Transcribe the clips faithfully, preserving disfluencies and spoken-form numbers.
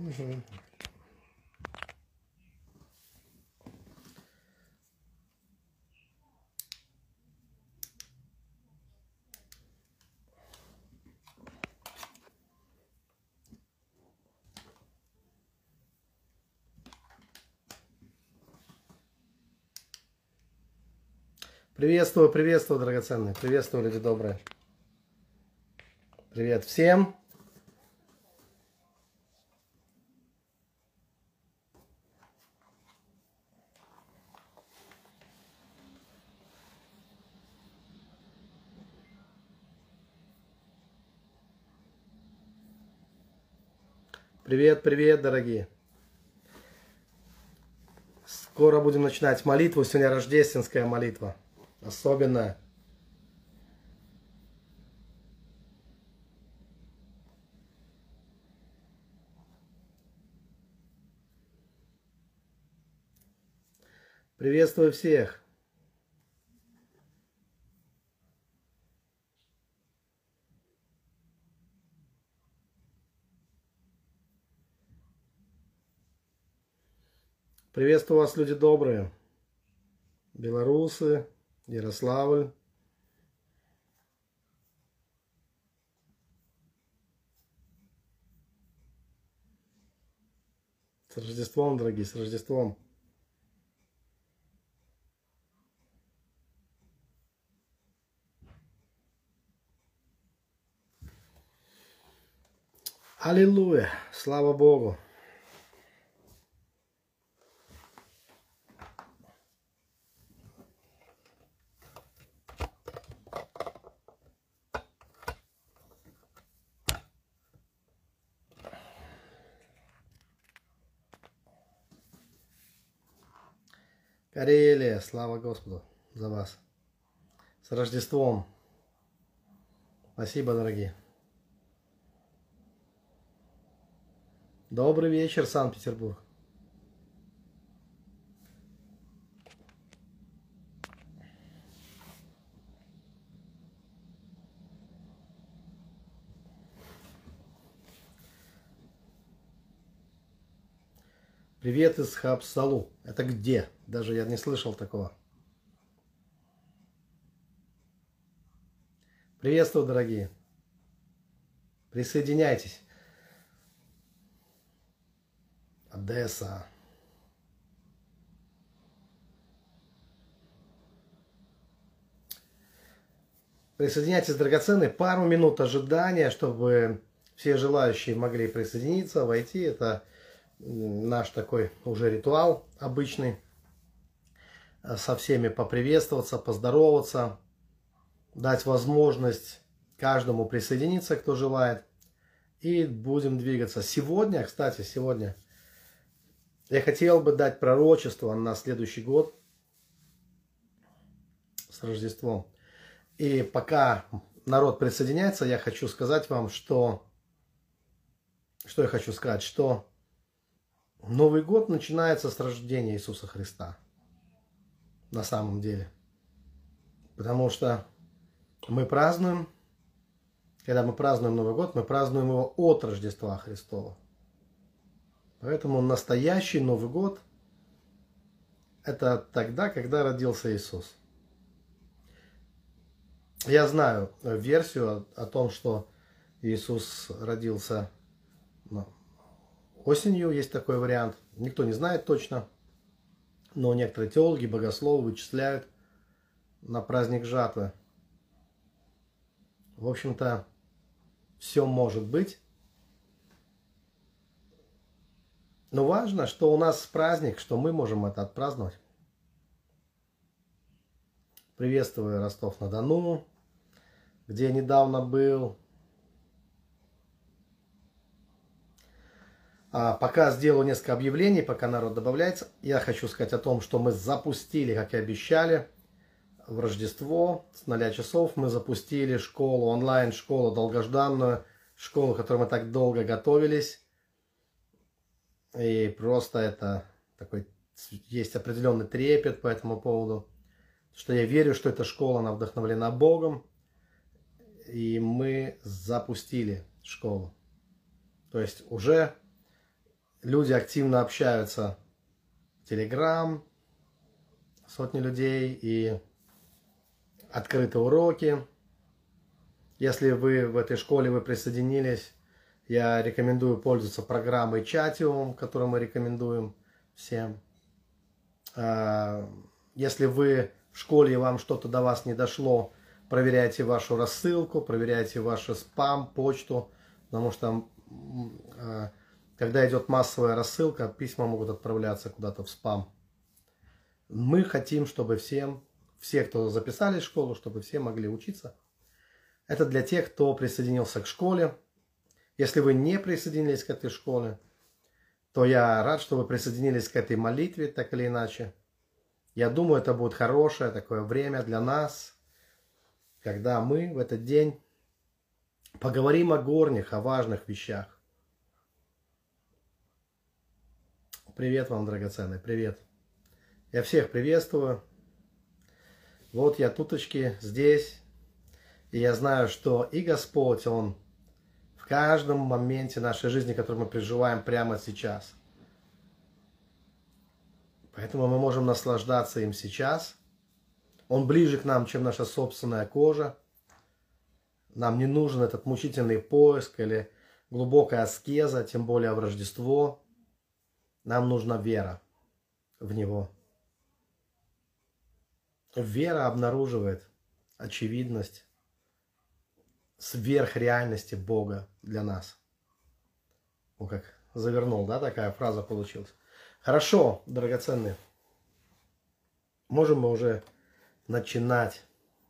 Мгм. Приветствую, приветствую, драгоценные. Приветствую, люди добрые. Привет всем. Привет, привет, дорогие. Скоро будем начинать молитву. Сегодня рождественская молитва. Особенная. Приветствую всех. Приветствую вас, люди добрые. Белорусы, Ярославль. С Рождеством, дорогие, с Рождеством. Аллилуйя! Слава Богу! Карелия, слава Господу за вас. С Рождеством. Спасибо, дорогие. Добрый вечер, Санкт-Петербург. Привет из Хапсалу. Это где? Даже я не слышал такого. Приветствую, дорогие. Присоединяйтесь. Одесса. Присоединяйтесь, драгоценные. Пару минут ожидания, чтобы все желающие могли присоединиться, войти. Это наш такой уже ритуал обычный. Со всеми поприветствоваться, поздороваться. Дать возможность каждому присоединиться, кто желает. И будем двигаться. Сегодня, кстати, сегодня я хотел бы дать пророчество на следующий год с Рождеством. И пока народ присоединяется, я хочу сказать вам, что... Что я хочу сказать? Что Новый год начинается с рождения Иисуса Христа. На самом деле. Потому что мы празднуем, когда мы празднуем Новый год, мы празднуем его от Рождества Христова. Поэтому настоящий Новый год – это тогда, когда родился Иисус. Я знаю версию о, о том, что Иисус родился ну, осенью, есть такой вариант. Никто не знает точно, но некоторые теологи, богословы вычисляют на праздник жатвы. В общем-то, все может быть. Но важно, что у нас праздник, что мы можем это отпраздновать. Приветствую Ростов-на-Дону, где я недавно был. А пока сделаю несколько объявлений, пока народ добавляется. Я хочу сказать о том, что мы запустили, как и обещали, в Рождество с нуля часов. Мы запустили школу, онлайн-школу, долгожданную школу, к которой мы так долго готовились. И просто это такой, есть определенный трепет по этому поводу. Что я верю, что эта школа, она вдохновлена Богом. И мы запустили школу. То есть уже Люди активно общаются в Telegram, сотни людей и открытые уроки. Если вы в этой школе вы присоединились, я рекомендую пользоваться программой Chatium, которую мы рекомендуем всем. Если вы в школе и вам что-то до вас не дошло, проверяйте вашу рассылку, проверяйте ваш спам, почту, потому что когда идет массовая рассылка, письма могут отправляться куда-то в спам. Мы хотим, чтобы всем, все, кто записались в школу, чтобы все могли учиться. Это для тех, кто присоединился к школе. Если вы не присоединились к этой школе, то я рад, что вы присоединились к этой молитве, так или иначе. Я думаю, это будет хорошее такое время для нас, когда мы в этот день поговорим о горних, о важных вещах. Привет вам, драгоценные, привет. Я всех приветствую. Вот я туточки здесь. И я знаю, что и Господь, Он в каждом моменте нашей жизни, который мы переживаем прямо сейчас. Поэтому мы можем наслаждаться им сейчас. Он ближе к нам, чем наша собственная кожа. Нам не нужен этот мучительный поиск или глубокая аскеза, тем более в Рождество. Нам нужна вера в Него. Вера обнаруживает очевидность, сверхреальности Бога для нас. О, как завернул, да, такая фраза получилась. Хорошо, драгоценные. Можем мы уже начинать.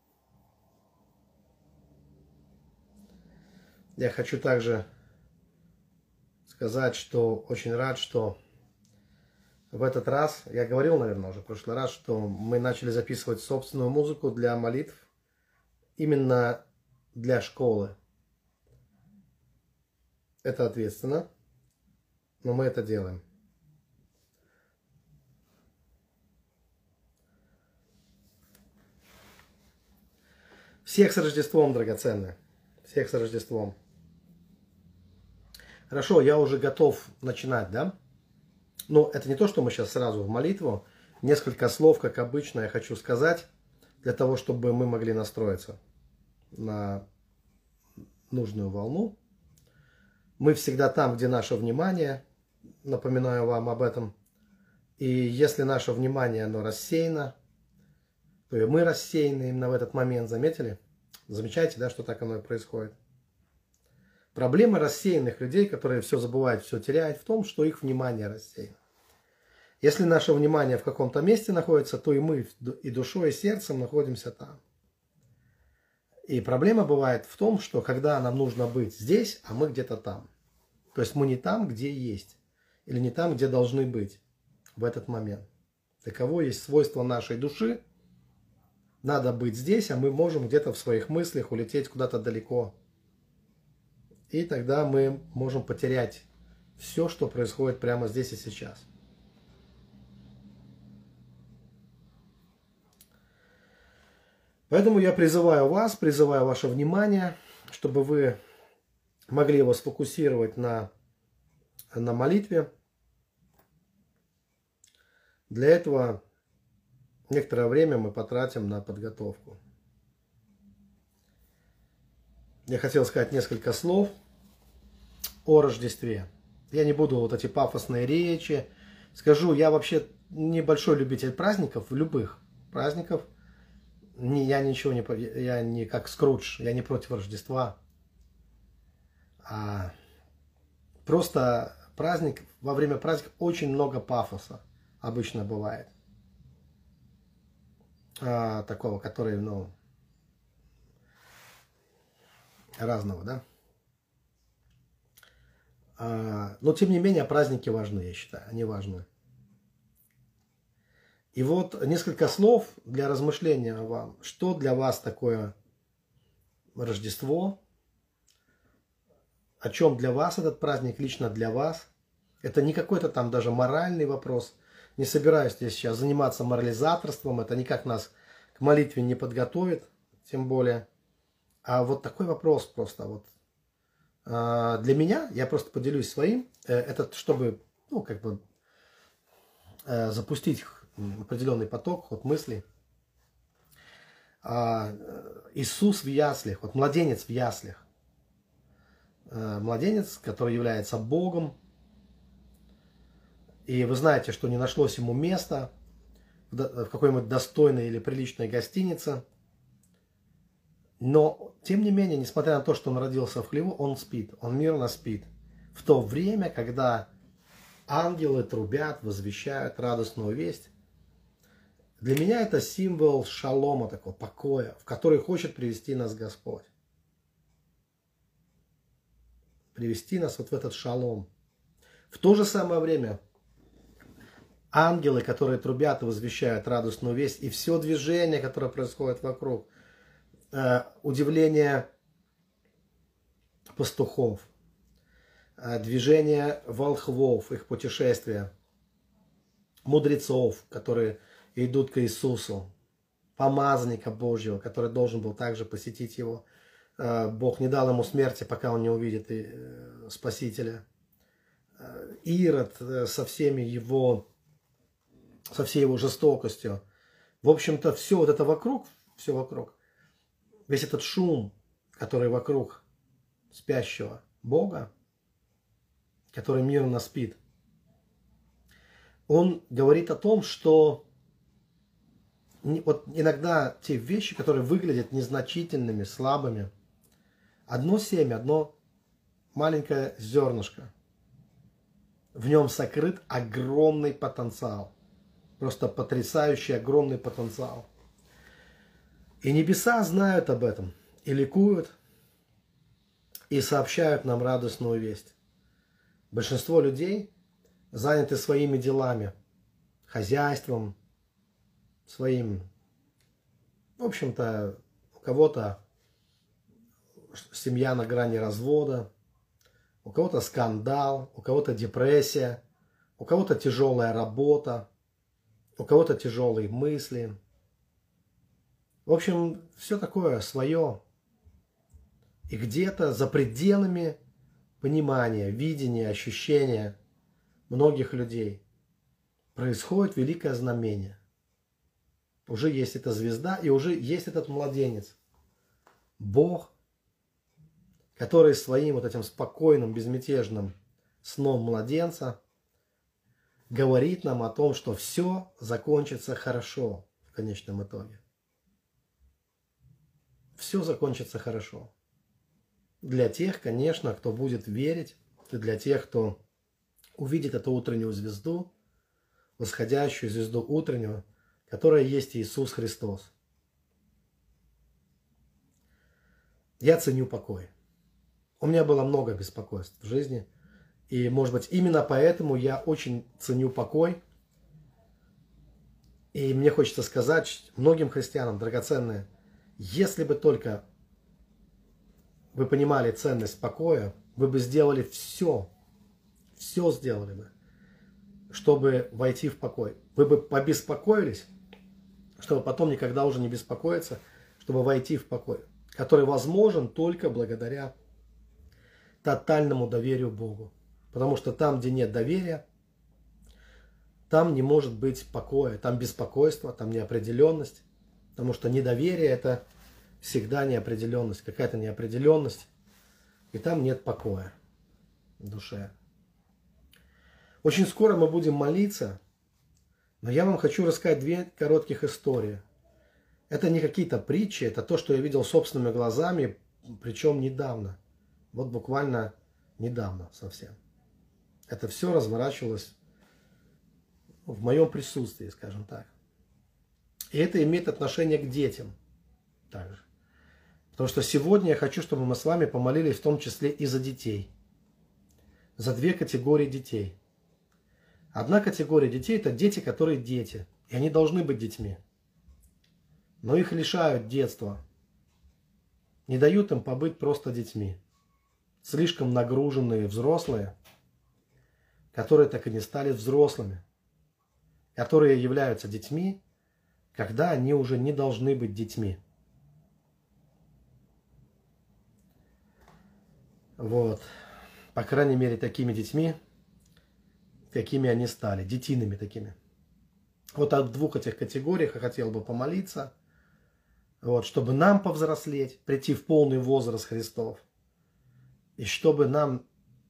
Я хочу также сказать, что очень рад, что в этот раз, я говорил, наверное, уже в прошлый раз, что мы начали записывать собственную музыку для молитв именно для школы. Это ответственно, но мы это делаем. Всех с Рождеством, драгоценные. Всех с Рождеством. Хорошо, я уже готов начинать, да? Но это не то, что мы сейчас сразу в молитву. Несколько слов, как обычно, я хочу сказать, для того, чтобы мы могли настроиться на нужную волну. Мы всегда там, где наше внимание. Напоминаю вам об этом. И если наше внимание, оно рассеяно, то и мы рассеяны именно в этот момент. Заметили? Замечаете, да, что так оно и происходит? Проблема рассеянных людей, которые все забывают, все теряют, в том, что их внимание рассеяно. Если наше внимание в каком-то месте находится, то и мы и душой, и сердцем находимся там. И проблема бывает в том, что когда нам нужно быть здесь, а мы где-то там. То есть мы не там, где есть. Или не там, где должны быть в этот момент. Таково есть свойство нашей души. Надо быть здесь, а мы можем где-то в своих мыслях улететь куда-то далеко. И тогда мы можем потерять все, что происходит прямо здесь и сейчас. Поэтому я призываю вас, призываю ваше внимание, чтобы вы могли его сфокусировать на, на молитве. Для этого некоторое время мы потратим на подготовку. Я хотел сказать несколько слов о Рождестве. Я не буду вот эти пафосные речи. Скажу, я вообще небольшой любитель праздников, любых праздников. Я ничего не, я не как Скрудж, я не против Рождества. А просто праздник, во время праздника очень много пафоса обычно бывает. А, такого, который, ну, разного, да. А, но, тем не менее, праздники важны, я считаю, они важны. И вот несколько слов для размышления вам. Что для вас такое Рождество? О чем для вас этот праздник, лично для вас? Это не какой-то там даже моральный вопрос. Не собираюсь здесь сейчас заниматься морализаторством. Это никак нас к молитве не подготовит, тем более. А вот такой вопрос просто. Вот. Для меня, я просто поделюсь своим, это чтобы ну, как бы э, запустить определенный поток, ход мыслей. А, Иисус в яслях, вот младенец в яслях. Э, младенец, который является Богом. И вы знаете, что не нашлось ему места в какой-нибудь достойной или приличной гостинице. Но, тем не менее, несмотря на то, что он родился в хлеву, он спит, он мирно спит. В то время, когда ангелы трубят, возвещают радостную весть. Для меня это символ шалома, такого покоя, в который хочет привести нас Господь. Привести нас вот в этот шалом. В то же самое время ангелы, которые трубят и возвещают радостную весть, и все движение, которое происходит вокруг, э, удивление пастухов, э, движение волхвов, их путешествия, мудрецов, которые идут к Иисусу, помазанника Божьего, который должен был также посетить его. Э, Бог не дал ему смерти, пока он не увидит и, э, Спасителя. Э, Ирод э, со всеми его со всей его жестокостью. В общем-то, все вот это вокруг, все вокруг, весь этот шум, который вокруг спящего Бога, который мирно спит, он говорит о том, что вот иногда те вещи, которые выглядят незначительными, слабыми, одно семя, одно маленькое зернышко, в нем сокрыт огромный потенциал. Просто потрясающий, огромный потенциал. И небеса знают об этом, и ликуют, и сообщают нам радостную весть. Большинство людей заняты своими делами, хозяйством, своим, в общем-то, у кого-то семья на грани развода, у кого-то скандал, у кого-то депрессия, у кого-то тяжелая работа, у кого-то тяжелые мысли. В общем, все такое свое. И где-то за пределами понимания, видения, ощущения многих людей происходит великое знамение. Уже есть эта звезда, и уже есть этот младенец. Бог, который своим вот этим спокойным, безмятежным сном младенца говорит нам о том, что все закончится хорошо в конечном итоге. Все закончится хорошо. Для тех, конечно, кто будет верить, и для тех, кто увидит эту утреннюю звезду, восходящую звезду утреннюю, которая есть Иисус Христос. Я ценю покой. У меня было много беспокойств в жизни. И, может быть, именно поэтому я очень ценю покой. И мне хочется сказать многим христианам, драгоценные, если бы только вы понимали ценность покоя, вы бы сделали все, все сделали бы, чтобы войти в покой. Вы бы побеспокоились, чтобы потом никогда уже не беспокоиться, чтобы войти в покой, который возможен только благодаря тотальному доверию Богу. Потому что там, где нет доверия, там не может быть покоя, там беспокойство, там неопределенность. Потому что недоверие – это всегда неопределенность, какая-то неопределенность. И там нет покоя в душе. Очень скоро мы будем молиться, но я вам хочу рассказать две коротких истории. Это не какие-то притчи, это то, что я видел собственными глазами, причем недавно. Вот буквально недавно совсем. Это все разворачивалось в моем присутствии, скажем так. И это имеет отношение к детям также. Потому что сегодня я хочу, чтобы мы с вами помолились в том числе и за детей. За две категории детей. Одна категория детей – это дети, которые дети. И они должны быть детьми. Но их лишают детства. Не дают им побыть просто детьми. Слишком нагруженные взрослые, которые так и не стали взрослыми. Которые являются детьми, когда они уже не должны быть детьми. Вот. По крайней мере, такими детьми какими они стали, детинами такими. Вот о двух этих категориях я хотел бы помолиться, вот, чтобы нам повзрослеть, прийти в полный возраст Христов, и чтобы нам,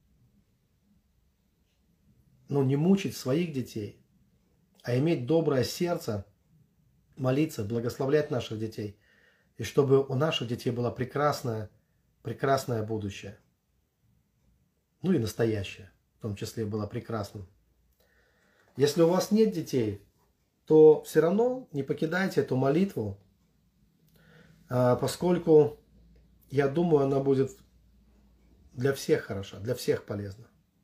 ну, не мучить своих детей, а иметь доброе сердце, молиться, благословлять наших детей, и чтобы у наших детей было прекрасное, прекрасное будущее. Ну и настоящее, в том числе, было прекрасным. Если у вас нет детей, то все равно не покидайте эту молитву, поскольку, я думаю, она будет для всех хороша, для всех полезна.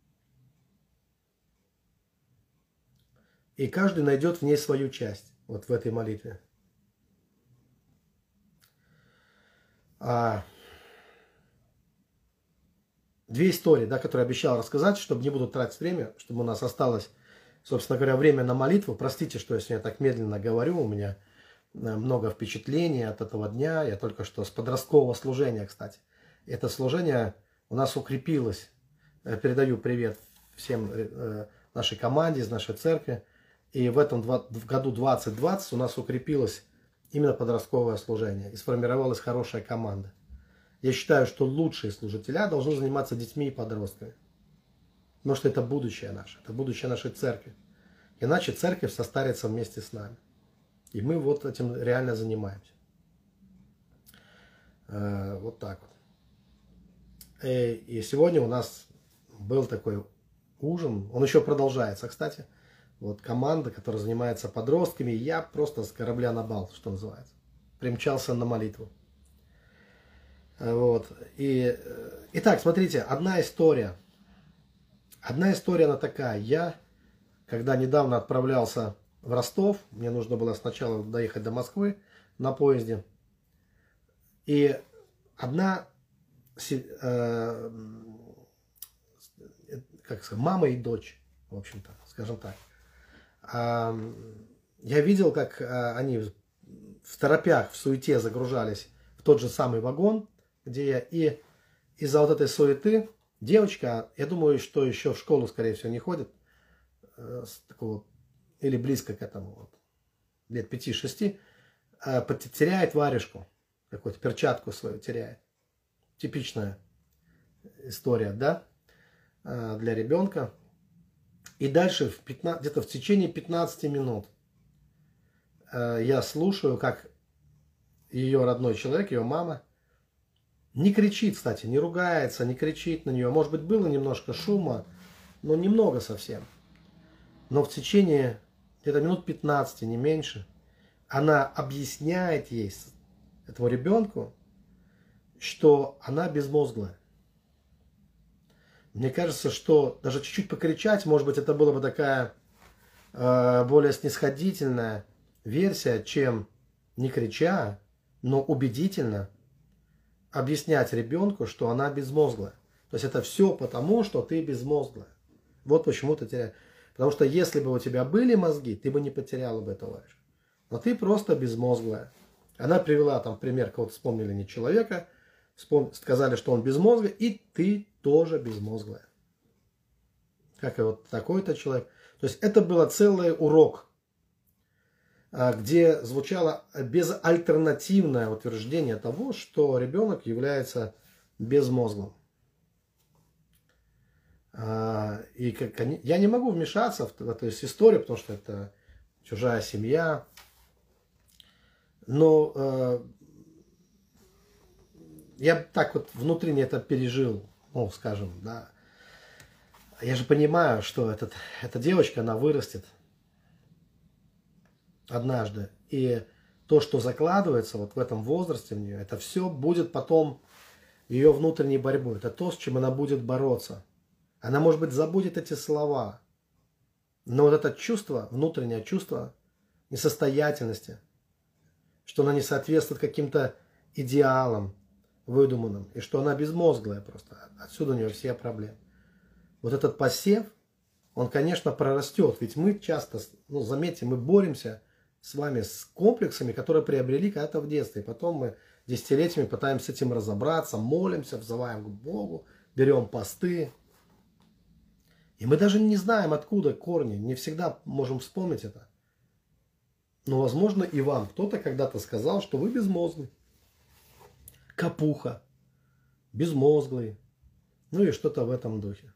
И каждый найдет в ней свою часть, вот в этой молитве. А, две истории, да, которые обещал рассказать, чтобы не буду тратить время, чтобы у нас осталось, собственно говоря, время на молитву. Простите, что я сегодня так медленно говорю, у меня много впечатлений от этого дня. Я только что с подросткового служения, кстати. Это служение у нас укрепилось. Передаю привет всем нашей команде из нашей церкви. И в этом в году двадцать двадцать у нас укрепилось именно подростковое служение. И сформировалась хорошая команда. Я считаю, что лучшие служителя должны заниматься детьми и подростками. Потому что это будущее наше. Это будущее нашей церкви. Иначе церковь состарится вместе с нами. И мы вот этим реально занимаемся. Вот так вот. И сегодня у нас был такой ужин. Он еще продолжается, кстати. Вот команда, которая занимается подростками. Я просто с корабля на бал, что называется. Примчался на молитву. Вот. И, итак, смотрите, одна история. Одна история, она такая. Я, когда недавно отправлялся в Ростов, мне нужно было сначала доехать до Москвы на поезде. И одна, э, как сказать, мама и дочь, в общем-то, скажем так. Э, я видел, как они в торопях, в суете загружались в тот же самый вагон, где я, и из-за вот этой суеты девочка, я думаю, что еще в школу, скорее всего, не ходит, э, с такого, или близко к этому, вот, лет пяти-шести, э, теряет варежку, какую-то перчатку свою теряет. Типичная история, да, э, для ребенка. И дальше в пятнадцать, где-то в течение пятнадцати минут э, я слушаю, как ее родной человек, ее мама, не кричит, кстати, не ругается, не кричит на нее. Может быть, было немножко шума, но немного совсем. Но в течение где-то минут пятнадцати, не меньше, она объясняет ей, этому ребенку, что она безмозглая. Мне кажется, что даже чуть-чуть покричать, может быть, это была бы такая э, более снисходительная версия, чем не крича, но убедительно объяснять ребенку, что она безмозглая. То есть это все потому, что ты безмозглая. Вот почему ты теряешь. Потому что если бы у тебя были мозги, ты бы не потеряла бы эту варежку. Но ты просто безмозглая. Она привела там пример, кого-то вспомнили не человека, вспом... сказали, что он безмозглый, и ты тоже безмозглая. Как и вот такой-то человек. То есть это был целый урок, где звучало безальтернативное утверждение того, что ребенок является безмозглым. И как, я не могу вмешаться в эту историю, потому что это чужая семья. Но э, я так вот внутренне это пережил, ну, скажем, да. Я же понимаю, что этот, эта девочка, она вырастет однажды. И то, что закладывается вот в этом возрасте в нее, это все будет потом ее внутренней борьбой. Это то, с чем она будет бороться. Она, может быть, забудет эти слова. Но вот это чувство, внутреннее чувство несостоятельности, что она не соответствует каким-то идеалам выдуманным, и что она безмозглая просто. Отсюда у нее все проблемы. Вот этот посев, он, конечно, прорастет. Ведь мы часто, ну, заметьте, мы боремся с вами с комплексами, которые приобрели когда-то в детстве. И потом мы десятилетиями пытаемся с этим разобраться, молимся, взываем к Богу, берем посты. И мы даже не знаем, откуда корни, не всегда можем вспомнить это. Но, возможно, и вам кто-то когда-то сказал, что вы безмозглый, капуха, безмозглый, ну и что-то в этом духе.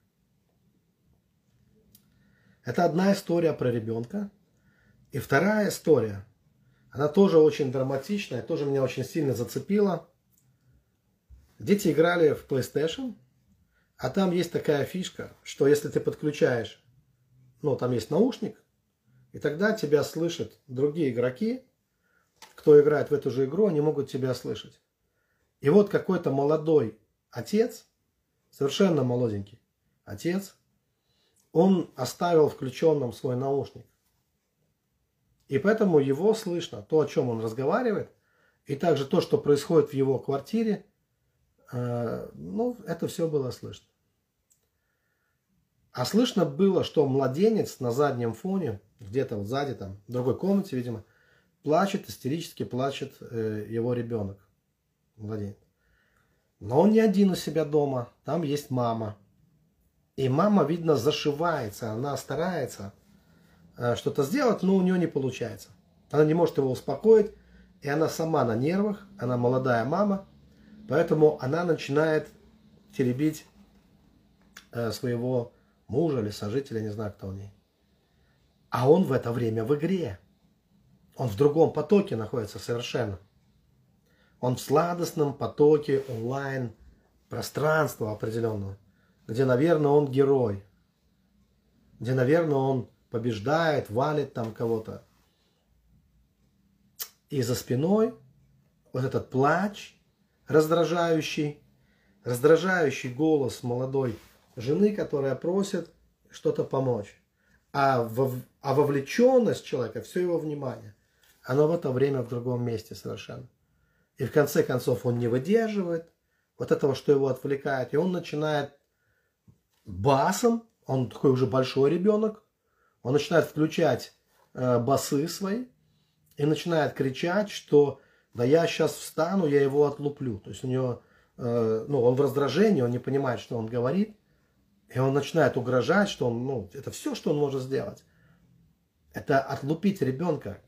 Это одна история про ребенка. И вторая история, она тоже очень драматичная, тоже меня очень сильно зацепила. Дети играли в PlayStation, а там есть такая фишка, что если ты подключаешь, ну, там есть наушник, и тогда тебя слышат другие игроки, кто играет в эту же игру, они могут тебя слышать. И вот какой-то молодой отец, совершенно молоденький отец, он оставил включенным свой наушник. И поэтому его слышно, то, о чем он разговаривает, и также то, что происходит в его квартире, э, ну, это все было слышно. А слышно было, что младенец на заднем фоне, где-то вот сзади, там, в другой комнате, видимо, плачет, истерически плачет э, его ребенок, младенец. Но он не один у себя дома, там есть мама. И мама, видно, зашивается, она старается э, что-то сделать, но у нее не получается. Она не может его успокоить, и она сама на нервах, она молодая мама, поэтому она начинает теребить э, своего мужа или сожителя, не знаю, кто у ней. А он в это время в игре. Он в другом потоке находится совершенно. Он в сладостном потоке онлайн пространства определенного, где, наверное, он герой, где, наверное, он побеждает, валит там кого-то. И за спиной вот этот плач раздражающий, раздражающий голос молодой жены, которая просит что-то помочь. А, вов, а вовлеченность человека, все его внимание, оно в это время в другом месте совершенно. И в конце концов он не выдерживает вот этого, что его отвлекает. И он начинает басом, он такой уже большой ребенок, он начинает включать э, басы свои и начинает кричать, что да я сейчас встану, я его отлуплю. То есть у него, э, ну, он в раздражении, он не понимает, что он говорит. И он начинает угрожать, что он, ну, это все, что он может сделать. Это отлупить ребенка.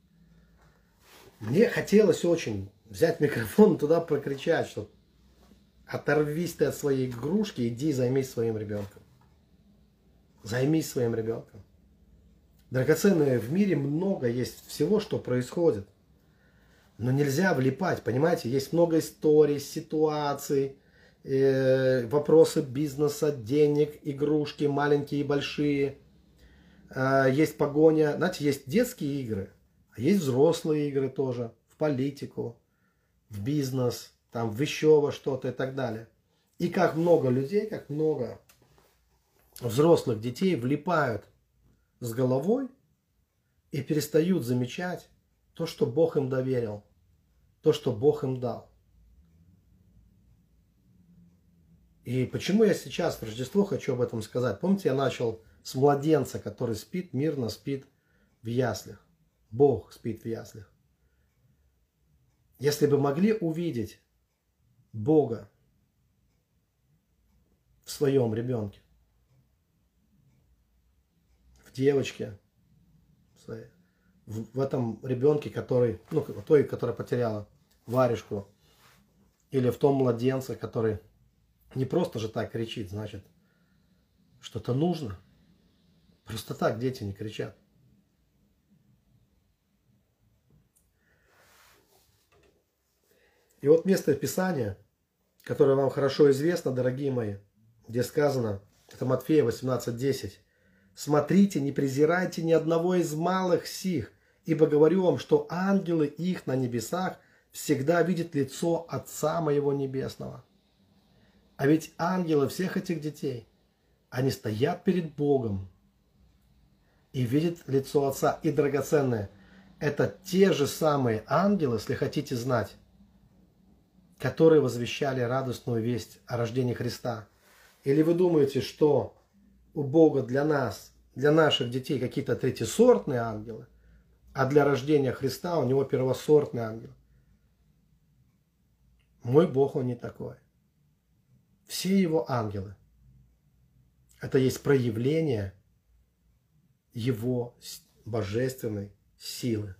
Мне хотелось очень взять микрофон и туда прокричать, что оторвись ты от своей игрушки, иди займись своим ребенком. Займись своим ребенком. Драгоценные, в мире много есть всего, что происходит. Но нельзя влипать, понимаете? Есть много историй, ситуаций, э, вопросы бизнеса, денег, игрушки, маленькие и большие. Э, есть погоня. Знаете, есть детские игры, а есть взрослые игры тоже. В политику, в бизнес, там, в еще во что-то и так далее. И как много людей, как много взрослых детей влипают с головой и перестают замечать то, что Бог им доверил, то, что Бог им дал. И почему я сейчас в Рождество хочу об этом сказать? Помните, я начал с младенца, который спит, мирно спит в яслях. Бог спит в яслях. Если бы могли увидеть Бога в своем ребенке, в девочке, в, в этом ребенке, который, ну, той, которая потеряла варежку, или в том младенце, который не просто же так кричит, значит, что-то нужно. Просто так дети не кричат. И вот место Писания, которое вам хорошо известно, дорогие мои, где сказано, это Матфея восемнадцать десять. «Смотрите, не презирайте ни одного из малых сих, ибо говорю вам, что ангелы их на небесах всегда видят лицо Отца моего Небесного». А ведь ангелы всех этих детей, они стоят перед Богом и видят лицо Отца. И, драгоценные, это те же самые ангелы, если хотите знать, которые возвещали радостную весть о рождении Христа. Или вы думаете, что у Бога для нас, для наших детей какие-то третьесортные ангелы, а для рождения Христа у него первосортный ангел? Мой Бог, он не такой. Все его ангелы, Это есть проявление Его божественной силы.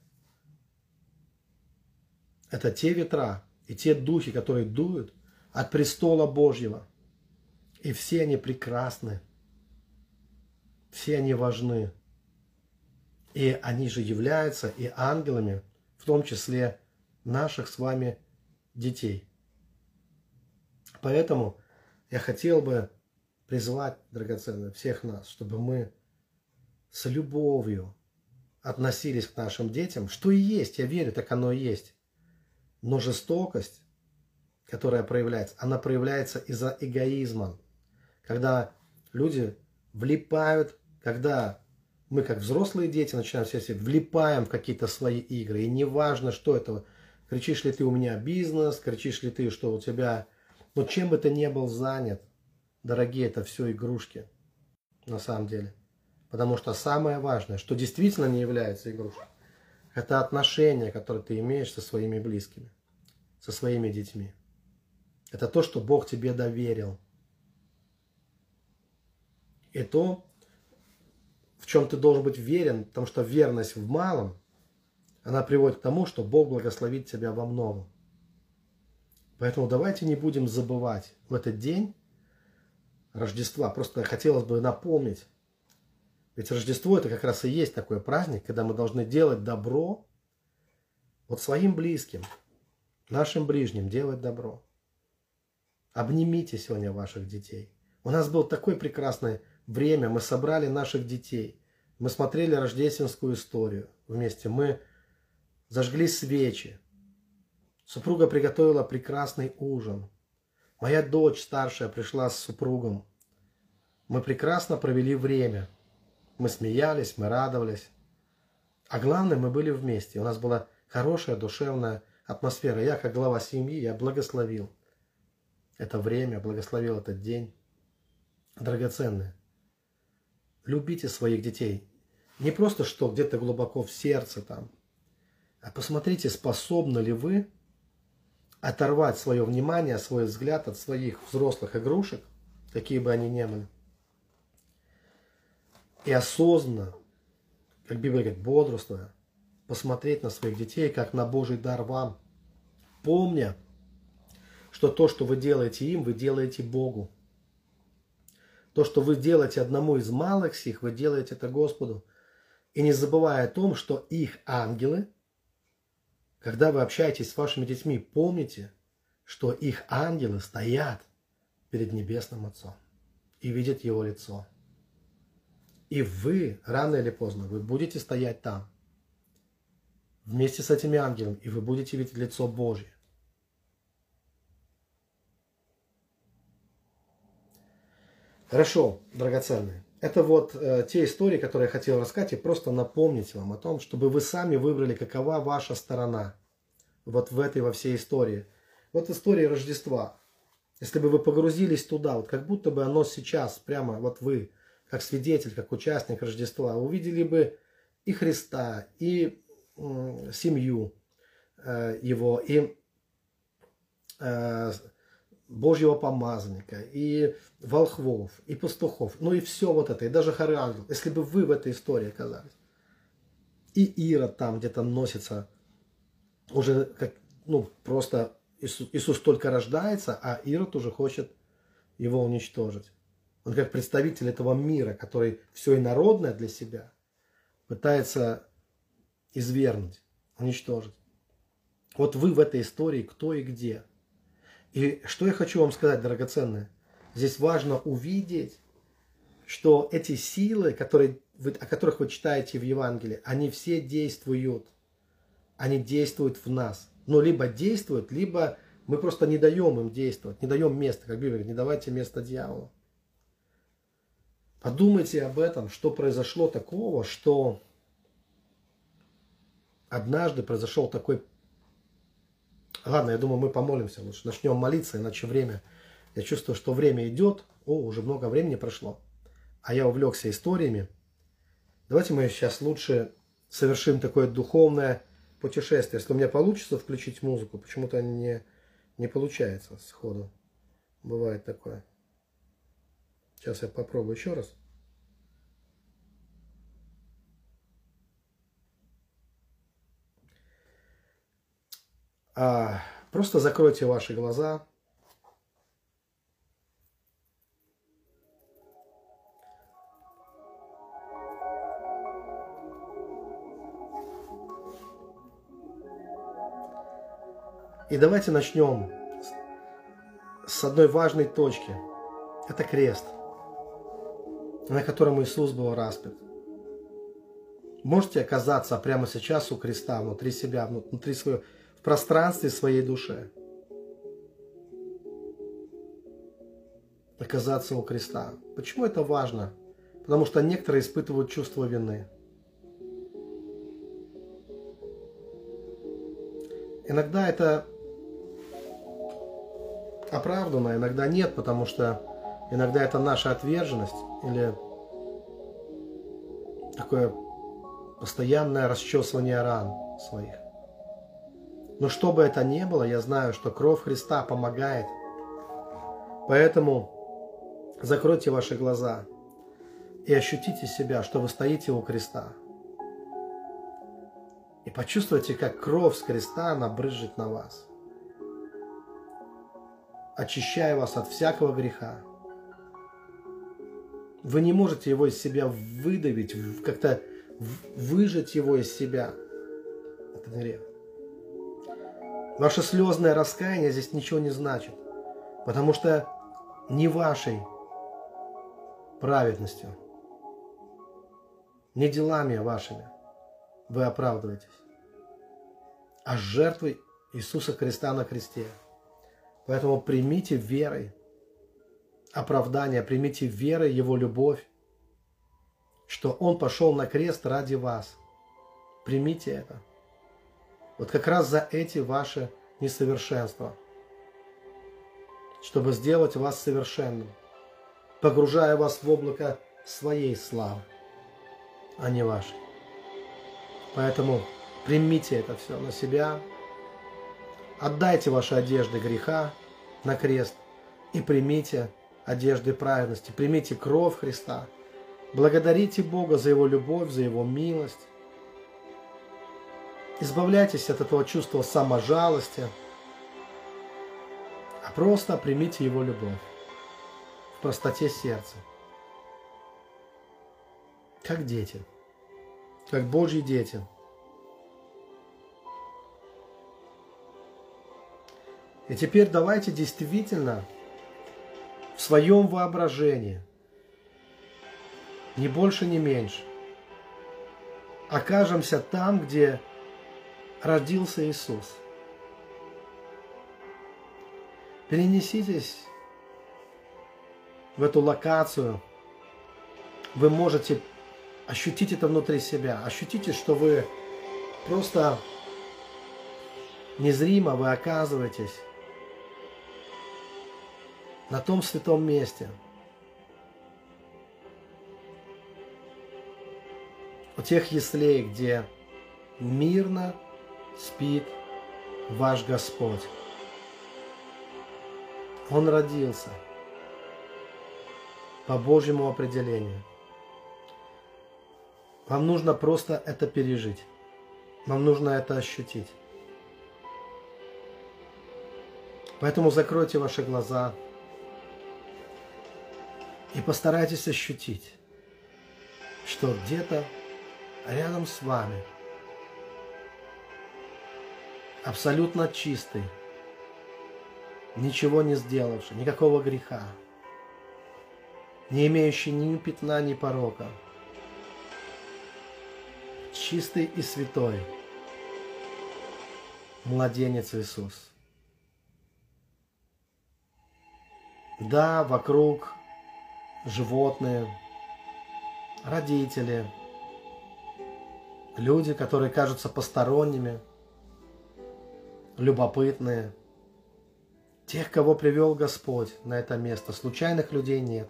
Это те ветра и те духи, которые дуют от престола Божьего. И все они прекрасны. Все они важны. И они же являются и ангелами, в том числе наших с вами детей. Поэтому я хотел бы призвать, драгоценные, всех нас, чтобы мы с любовью относились к нашим детям, что и есть, я верю, так оно и есть. Но жестокость, которая проявляется, она проявляется из-за эгоизма. Когда люди влипают, когда мы, как взрослые дети, начинаем все все влипаем в какие-то свои игры. И неважно, что это, кричишь ли ты у меня бизнес, кричишь ли ты, что у тебя... Но чем бы ты ни был занят, дорогие, это все игрушки, на самом деле. Потому что самое важное, что действительно не является игрушкой, это отношения, которые ты имеешь со своими близкими, со своими детьми. Это то, что Бог тебе доверил. И то, в чем ты должен быть верен, потому что верность в малом, она приводит к тому, что Бог благословит тебя во многом. Поэтому давайте не будем забывать в этот день Рождества. Просто хотелось бы напомнить. Ведь Рождество это как раз и есть такой праздник, когда мы должны делать добро вот своим близким, нашим ближним делать добро. Обнимите сегодня ваших детей. У нас было такое прекрасное время, мы собрали наших детей, мы смотрели рождественскую историю вместе, мы зажгли свечи, супруга приготовила прекрасный ужин, моя дочь старшая пришла с супругом, мы прекрасно провели время, мы смеялись, мы радовались, а главное, мы были вместе, у нас была хорошая душевная атмосфера, я как глава семьи, я благословил это время, благословил этот день. Драгоценные, любите своих детей. Не просто что где-то глубоко в сердце там, а посмотрите, способны ли вы оторвать свое внимание, свой взгляд от своих взрослых игрушек, какие бы они ни были, и осознанно, как Библия говорит, бодрствуя, посмотреть на своих детей, как на Божий дар вам, помня, что то, что вы делаете им, вы делаете Богу. То, что вы делаете одному из малых сих, вы делаете это Господу. И не забывая о том, что их ангелы, когда вы общаетесь с вашими детьми, помните, что их ангелы стоят перед Небесным Отцом и видят Его лицо. И вы, рано или поздно, вы будете стоять там, вместе с этими ангелами, и вы будете видеть лицо Божье. Хорошо, драгоценные. Это вот э, те истории, которые я хотел рассказать, и просто напомнить вам о том, чтобы вы сами выбрали, какова ваша сторона вот в этой, во всей истории. Вот история Рождества. Если бы вы погрузились туда, вот как будто бы оно сейчас, прямо вот вы, как свидетель, как участник Рождества, увидели бы и Христа, и э, семью э, Его, и э, Божьего помазанника, и волхвов, и пастухов, ну и все вот это, и даже хоры ангелов, если бы вы в этой истории оказались. И Ирод там где-то носится, уже как, ну просто Иисус, Иисус только рождается, а Ирод уже хочет его уничтожить. Он как представитель этого мира, который все инородное для себя пытается извергнуть, уничтожить. Вот вы в этой истории кто и где. И что я хочу вам сказать, драгоценные, здесь важно увидеть, что эти силы, которые вы, о которых вы читаете в Евангелии, они все действуют. Они действуют в нас. Но либо действуют, либо мы просто не даем им действовать, не даем места, как Библия говорит, не давайте место дьяволу. Подумайте об этом, что произошло такого, что однажды произошел такой... Ладно, я думаю, мы помолимся лучше. Начнем молиться, иначе время... Я чувствую, что время идет. О, уже много времени прошло. А я увлекся историями. Давайте мы сейчас лучше совершим такое духовное путешествие. Если у меня получится включить музыку, почему-то не, не получается сходу. Бывает такое. Сейчас я попробую еще раз. А, просто закройте ваши глаза. И давайте начнем с одной важной точки. Это крест, на котором Иисус был распят. Можете оказаться прямо сейчас у креста, внутри себя, внутри своего, в пространстве своей души. Оказаться у креста. Почему это важно? Потому что некоторые испытывают чувство вины. Иногда это оправданно, иногда нет, потому что иногда это наша отверженность или такое постоянное расчесывание ран своих. Но что бы это ни было, я знаю, что кровь Христа помогает. Поэтому закройте ваши глаза и ощутите себя, что вы стоите у креста. И почувствуйте, как кровь с креста, она брызжет на вас, очищая вас от всякого греха. Вы не можете его из себя выдавить, как-то выжать его из себя. Это грех. Ваше слезное раскаяние здесь ничего не значит, потому что не вашей праведностью, не делами вашими вы оправдываетесь, а жертвой Иисуса Христа на кресте. Поэтому примите верой оправдание, примите верой Его любовь, что Он пошел на крест ради вас. Примите это. Вот как раз за эти ваши несовершенства, чтобы сделать вас совершенным, погружая вас в облако своей славы, а не вашей. Поэтому примите это все на себя, отдайте ваши одежды греха на крест и примите одежды праведности, примите кровь Христа, благодарите Бога за Его любовь, за Его милость. Избавляйтесь от этого чувства саможалости, а просто примите Его любовь в простоте сердца, как дети, как Божьи дети. И теперь давайте действительно в своем воображении, ни больше, ни меньше, окажемся там, где родился Иисус. Перенеситесь в эту локацию. Вы можете ощутить это внутри себя. Ощутите, что вы просто незримо вы оказываетесь на том святом месте. У тех яслей, где мирно спит ваш Господь. Он родился по Божьему определению. Вам нужно просто это пережить. Вам нужно это ощутить. Поэтому закройте ваши глаза и постарайтесь ощутить, что где-то рядом с вами абсолютно чистый, ничего не сделавший, никакого греха, не имеющий ни пятна, ни порока, чистый и святой младенец Иисус. Да, вокруг животные, родители, люди, которые кажутся посторонними, любопытные. Тех, кого привел Господь на это место. Случайных людей нет.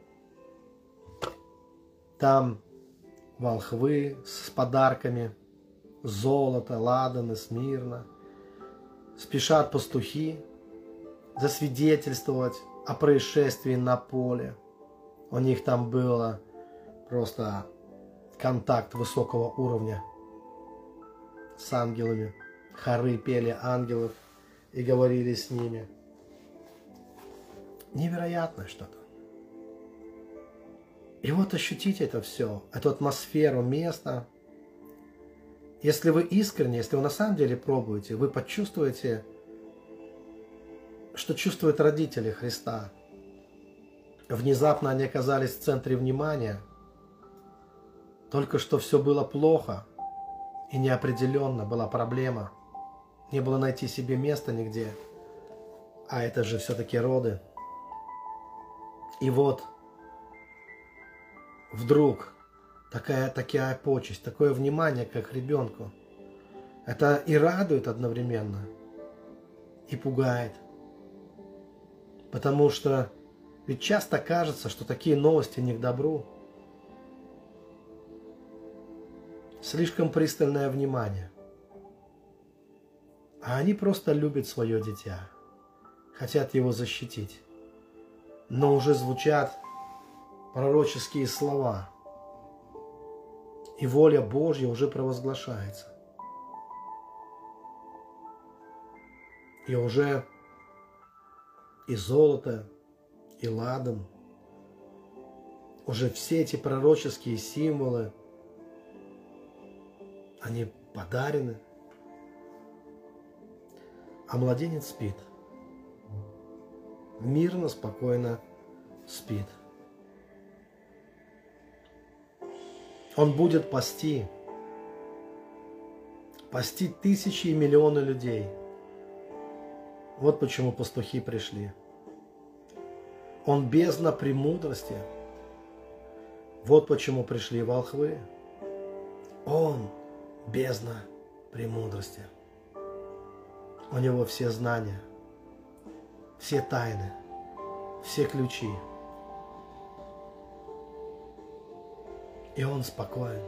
Там волхвы с подарками, золото, ладаны, смирно. Спешат пастухи засвидетельствовать о происшествии на поле, У них там было просто контакт высокого уровня с ангелами. Хоры пели ангелов и говорили с ними. Невероятное что-то. И вот ощутите это все, эту атмосферу, место. Если вы искренне, если вы на самом деле пробуете, вы почувствуете, что чувствуют родители Христа. Внезапно они оказались в центре внимания. Только что все было плохо и неопределенно, была проблема. Не было найти себе места нигде. А это же все-таки роды. И вот вдруг такая, такая почесть, такое внимание, как ребенку. Это и радует одновременно, и пугает. Потому что ведь часто кажется, что такие новости не к добру. Слишком пристальное внимание. А они просто любят свое дитя, хотят его защитить. Но уже звучат пророческие слова, и воля Божья уже провозглашается. И уже и золото, и ладан, уже все эти пророческие символы, они подарены. А младенец спит. Мирно, спокойно спит. Он будет пасти. Пасти тысячи и миллионы людей. Вот почему пастухи пришли. Он бездна премудрости. Вот почему пришли волхвы. Он бездна премудрости. У него все знания, все тайны, все ключи. И он спокоен.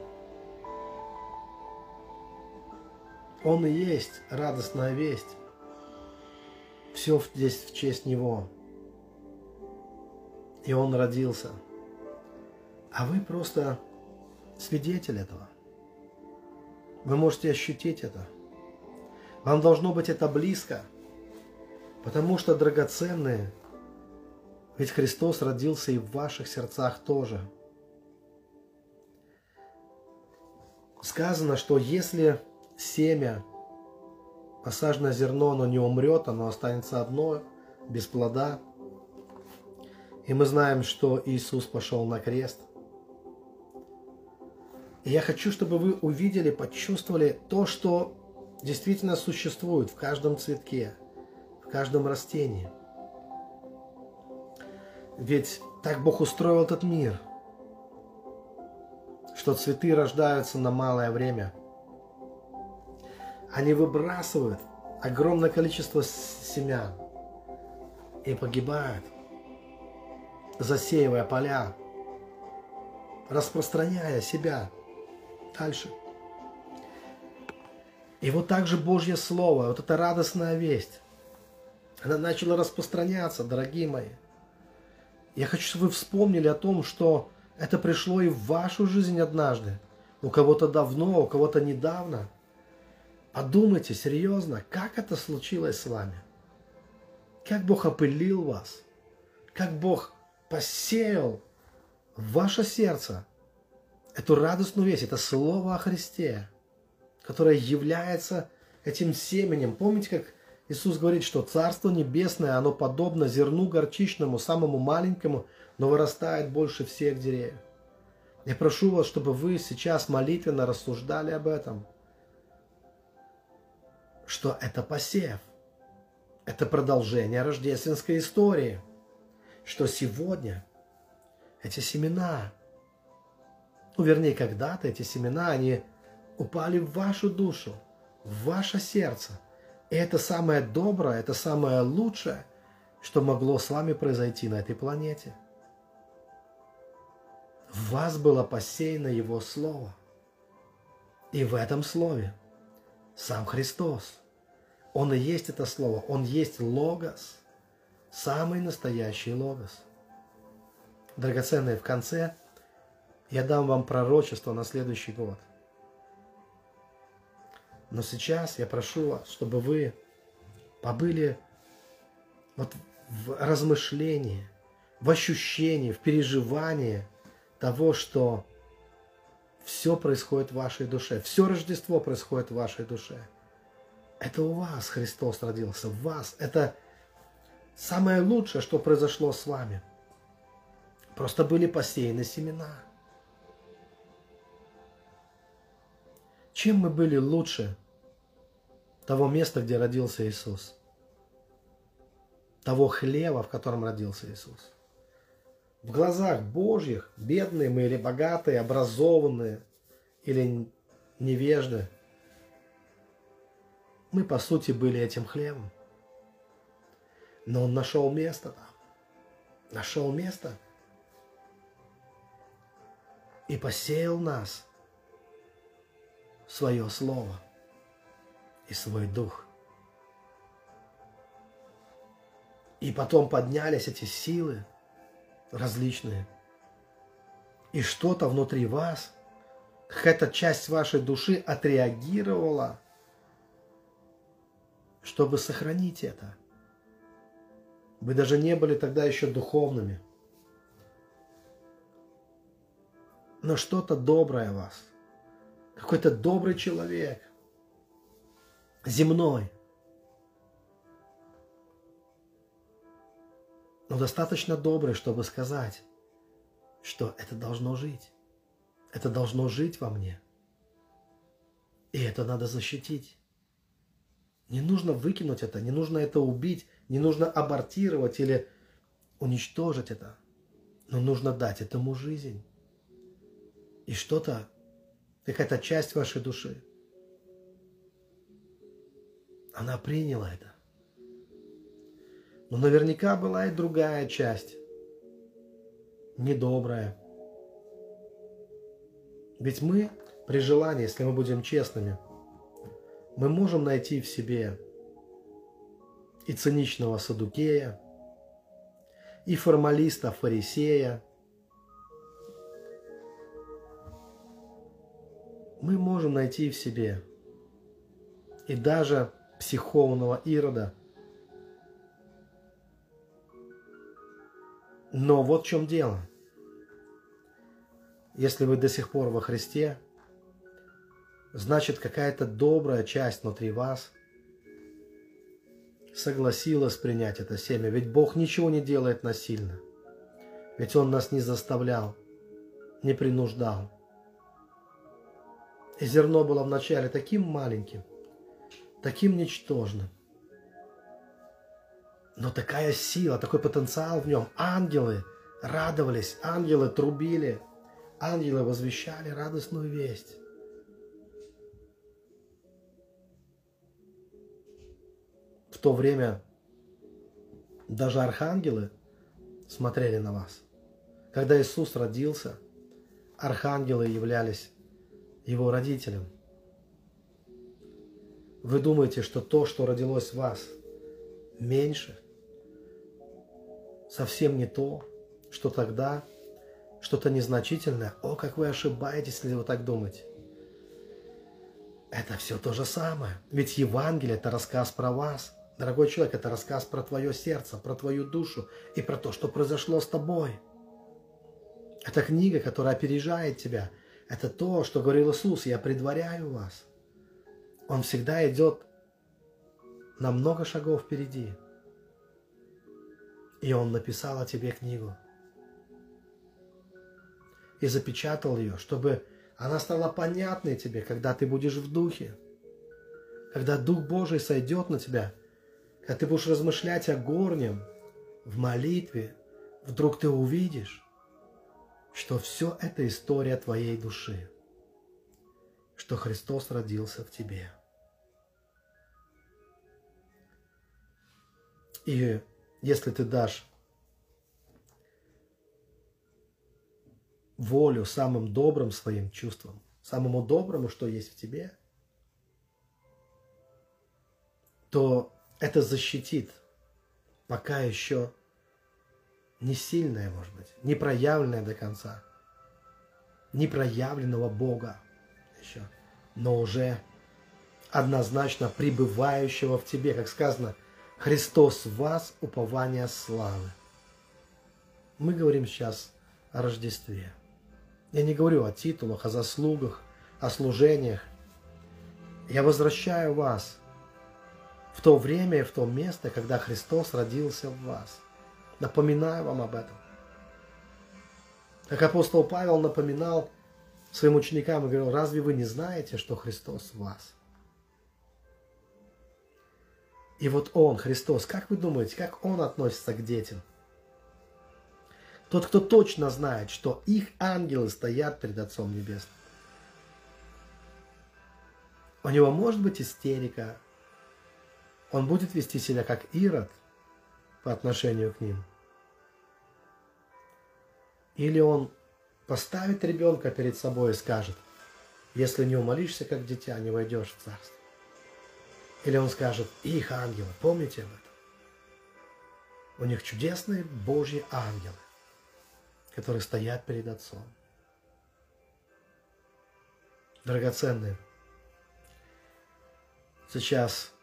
Он и есть радостная весть. Все здесь в честь Него. И Он родился. А вы просто свидетель этого. Вы можете ощутить это. Вам должно быть это близко. Потому что, драгоценные, ведь Христос родился и в ваших сердцах тоже. Сказано, что если семя, посаженное зерно, оно не умрет, оно останется одно, без плода. И мы знаем, что Иисус пошел на крест. И я хочу, чтобы вы увидели, почувствовали то, что действительно существует в каждом цветке, в каждом растении. Ведь так Бог устроил этот мир, что цветы рождаются на малое время. Они выбрасывают огромное количество семян и погибают, засеивая поля, распространяя себя дальше. И вот так же Божье Слово, вот эта радостная весть, она начала распространяться, дорогие мои. Я хочу, чтобы вы вспомнили о том, что это пришло и в вашу жизнь однажды. У кого-то давно, у кого-то недавно. Подумайте серьезно, как это случилось с вами. Как Бог опылил вас. Как Бог посеял в ваше сердце эту радостную весть, это Слово о Христе, которое является этим семенем. Помните, как Иисус говорит, что Царство Небесное, оно подобно зерну горчичному, самому маленькому, но вырастает больше всех деревьев. Я прошу вас, чтобы вы сейчас молитвенно рассуждали об этом, что это посев, это продолжение рождественской истории, что сегодня эти семена, ну вернее когда-то эти семена, они упали в вашу душу, в ваше сердце. И это самое доброе, это самое лучшее, что могло с вами произойти на этой планете. В вас было посеяно Его Слово. И в этом Слове сам Христос. Он и есть это Слово. Он есть Логос. Самый настоящий Логос. драгоценные, в конце я дам вам пророчество на следующий год. Но сейчас я прошу вас, чтобы вы побыли вот в размышлении, в ощущении, в переживании того, что все происходит в вашей душе, все Рождество происходит в вашей душе. Это у вас Христос родился, в вас. Это самое лучшее, что произошло с вами. Просто были посеяны семена. Чем мы были лучше того места, где родился Иисус? Того хлеба, в котором родился Иисус. В глазах Божьих, бедные мы или богатые, образованные или невежды, мы по сути были этим хлебом. Но Он нашел место там. Нашел место. И посеял нас свое слово и свой дух. И потом поднялись эти силы различные. И что-то внутри вас, какая-то часть вашей души отреагировала, чтобы сохранить это. Вы даже не были тогда еще духовными. Но что-то доброе в вас. Какой-то добрый человек. Земной. Но достаточно добрый, чтобы сказать, что это должно жить. Это должно жить во мне. И это надо защитить. Не нужно выкинуть это, не нужно это убить, не нужно абортировать или уничтожить это. Но нужно дать этому жизнь. И что-то, какая-то часть вашей души, она приняла это. Но наверняка была и другая часть, недобрая. Ведь мы, при желании, если мы будем честными, мы можем найти в себе и циничного саддукея, и формалиста фарисея. Мы можем найти в себе и даже психованного Ирода. Но вот в чем дело. Если вы до сих пор во Христе, значит, какая-то добрая часть внутри вас согласилась принять это семя. Ведь Бог ничего не делает насильно. Ведь Он нас не заставлял, не принуждал. И зерно было вначале таким маленьким, таким ничтожным. Но такая сила, такой потенциал в нем. Ангелы радовались, ангелы трубили, ангелы возвещали радостную весть. В то время даже архангелы смотрели на вас. Когда Иисус родился, архангелы являлись Его родителям. Вы думаете, что то, что родилось в вас, меньше, совсем не то, что тогда, что-то незначительное? О, как вы ошибаетесь, если вы так думаете. Это все то же самое. Ведь Евангелие – это рассказ про вас. Дорогой человек, это рассказ про твое сердце, про твою душу и про то, что произошло с тобой. Это книга, которая опережает тебя. Это то, что говорил Иисус: «Я предваряю вас». Он всегда идет на много шагов впереди. И Он написал о тебе книгу. И запечатал ее, чтобы она стала понятной тебе, когда ты будешь в духе. Когда Дух Божий сойдет на тебя, когда ты будешь размышлять о горнем, в молитве, вдруг ты увидишь, что все это история твоей души, что Христос родился в тебе. И если ты дашь волю самым добрым своим чувствам, самому доброму, что есть в тебе, то это защитит пока еще не сильное, может быть, не проявленное до конца, не проявленного Бога еще, но уже однозначно пребывающего в тебе, как сказано, Христос в вас, упование славы. Мы говорим сейчас о Рождестве. Я не говорю о титулах, о заслугах, о служениях. Я возвращаю вас в то время и в то место, когда Христос родился в вас. Напоминаю вам об этом. Как апостол Павел напоминал своим ученикам и говорил: разве вы не знаете, что Христос в вас? И вот Он, Христос, как вы думаете, как Он относится к детям? Тот, кто точно знает, что их ангелы стоят перед Отцом Небесным. У него может быть истерика. Он будет вести себя как Ирод по отношению к ним. Или он поставит ребенка перед собой и скажет: если не умолишься, как дитя, не войдешь в царство. Или он скажет: их ангелы, помните об этом? У них чудесные Божьи ангелы, которые стоят перед Отцом. Драгоценные, сейчас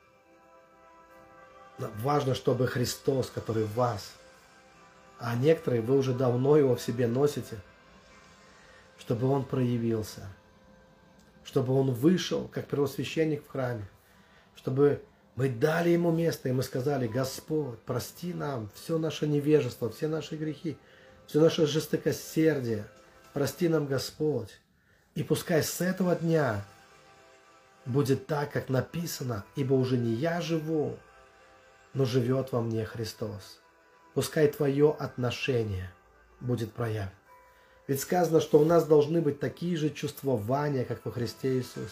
важно, чтобы Христос, который в вас, а некоторые вы уже давно его в себе носите, чтобы он проявился, чтобы он вышел, как первосвященник в храме, чтобы мы дали ему место, и мы сказали: Господь, прости нам все наше невежество, все наши грехи, все наше жестокосердие, прости нам, Господь. И пускай с этого дня будет так, как написано: ибо уже не я живу, но живет во мне Христос. Пускай твое отношение будет проявлено. Ведь сказано, что у нас должны быть такие же чувствования, как во Христе Иисусе.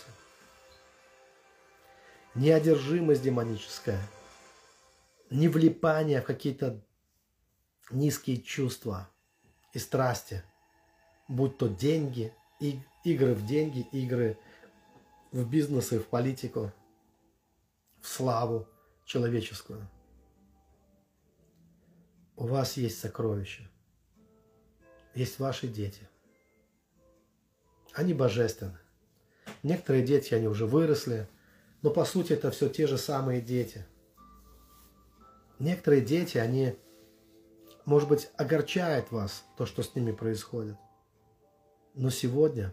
Не одержимость демоническая, не влипание в какие-то низкие чувства и страсти, будь то деньги, и, игры в деньги, игры в бизнес и в политику, в славу человеческую. У вас есть сокровища, есть ваши дети. Они божественны. Некоторые дети, они уже выросли, но по сути это все те же самые дети. Некоторые дети, они, может быть, огорчает вас то, что с ними происходит. Но сегодня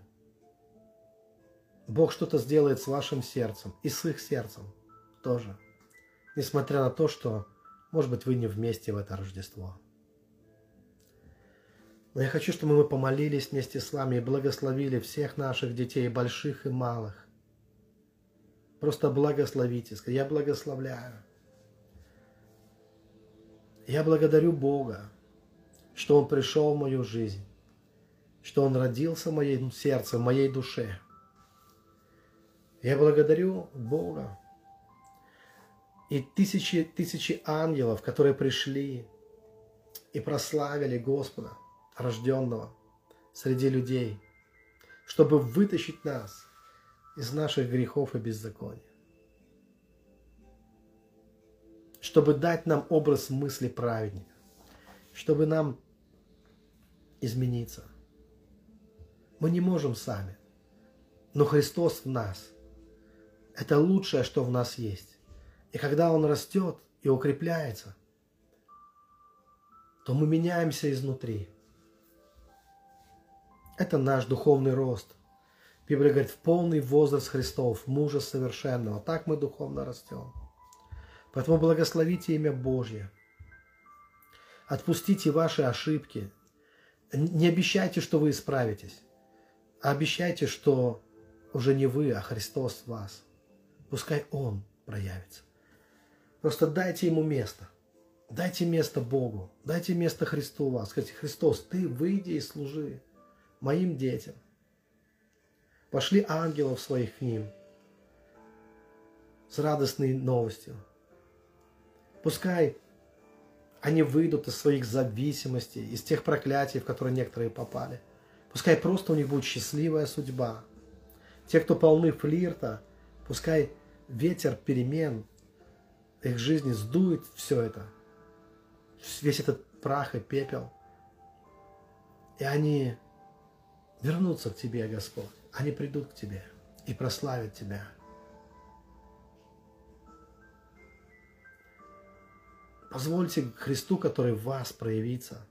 Бог что-то сделает с вашим сердцем и с их сердцем тоже. Несмотря на то, что, может быть, вы не вместе в это Рождество. Но я хочу, чтобы мы помолились вместе с вами и благословили всех наших детей, больших и малых. Просто благословите. Я благословляю. Я благодарю Бога, что Он пришел в мою жизнь, что Он родился в моем сердце, в моей душе. Я благодарю Бога и тысячи, тысячи ангелов, которые пришли и прославили Господа, рожденного среди людей, чтобы вытащить нас из наших грехов и беззакония, чтобы дать нам образ мысли праведника, чтобы нам измениться. Мы не можем сами, но Христос в нас. Это лучшее, что в нас есть. И когда Он растет и укрепляется, то мы меняемся изнутри. Это наш духовный рост. Библия говорит: в полный возраст Христов, мужа совершенного. Так мы духовно растем. Поэтому благословите имя Божье. Отпустите ваши ошибки. Не обещайте, что вы исправитесь, а обещайте, что уже не вы, а Христос в вас. Пускай Он проявится. Просто дайте Ему место. Дайте место Богу. Дайте место Христу у вас. Скажите: Христос, Ты выйди и служи моим детям. Пошли ангелов своих к ним с радостной новостью. Пускай они выйдут из своих зависимостей, из тех проклятий, в которые некоторые попали. Пускай просто у них будет счастливая судьба. Те, кто полны флирта, пускай ветер перемен их жизни сдует все это. Весь этот прах и пепел. И они вернутся к Тебе, Господь. Они придут к Тебе и прославят Тебя. Позвольте Христу, который в вас, проявиться.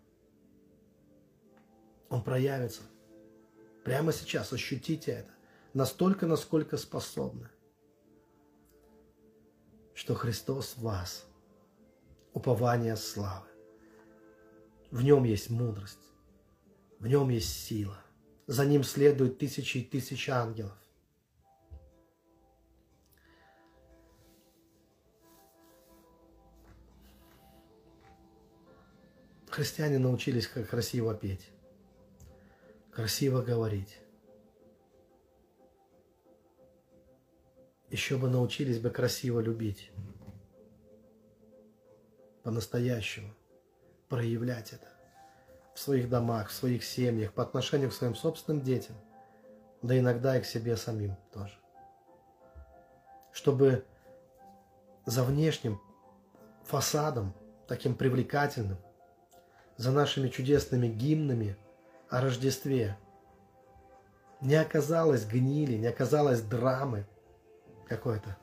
Он проявится. Прямо сейчас ощутите это. Настолько, насколько способны. Что Христос в вас. Упование славы. В Нем есть мудрость. В Нем есть сила. За Ним следуют тысячи и тысячи ангелов. Христиане научились как красиво петь, красиво говорить. Еще бы научились бы красиво любить. По-настоящему. Проявлять это. В своих домах, в своих семьях, по отношению к своим собственным детям. Да иногда и к себе самим тоже. Чтобы за внешним фасадом, таким привлекательным, за нашими чудесными гимнами о Рождестве не оказалось гнили, не оказалось драмы какой-то.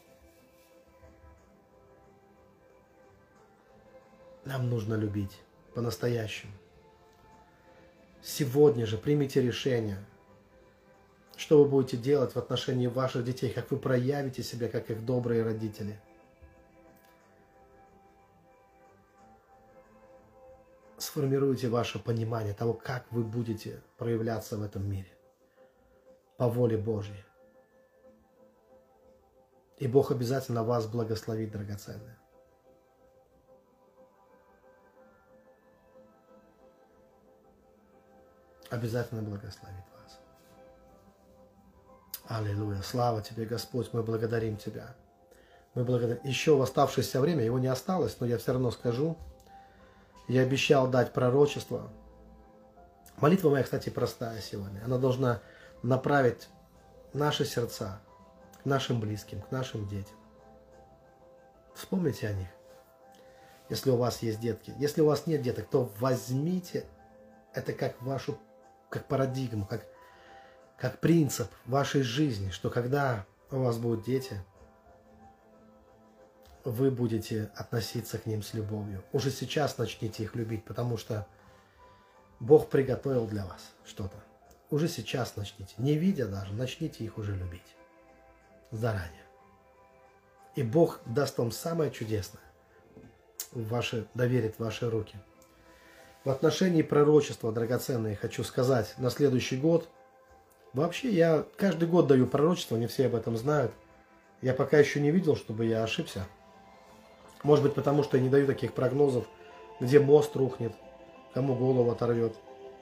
Нам нужно любить по-настоящему. Сегодня же примите решение, что вы будете делать в отношении ваших детей, как вы проявите себя, как их добрые родители. Сформируйте ваше понимание того, как вы будете проявляться в этом мире по воле Божьей. И Бог обязательно вас благословит, драгоценные. Обязательно благословит вас. Аллилуйя. Слава Тебе, Господь. Мы благодарим Тебя. Мы благодарим. Еще в оставшееся время, его не осталось, но я все равно скажу. Я обещал дать пророчество. Молитва моя, кстати, простая сегодня. Она должна направить наши сердца к нашим близким, к нашим детям. Вспомните о них, если у вас есть детки. Если у вас нет деток, то возьмите это как вашу, как парадигму, как, как принцип вашей жизни, что когда у вас будут дети, вы будете относиться к ним с любовью. Уже сейчас начните их любить, потому что Бог приготовил для вас что-то. Уже сейчас начните, не видя даже, начните их уже любить. Заранее. И Бог даст вам самое чудесное, в ваши, доверит в ваши руки. В отношении пророчества, драгоценные, хочу сказать, на следующий год. Вообще, я каждый год даю пророчество, не все об этом знают. Я пока еще не видел, чтобы я ошибся. Может быть, потому что я не даю таких прогнозов, где мост рухнет, кому голову оторвет.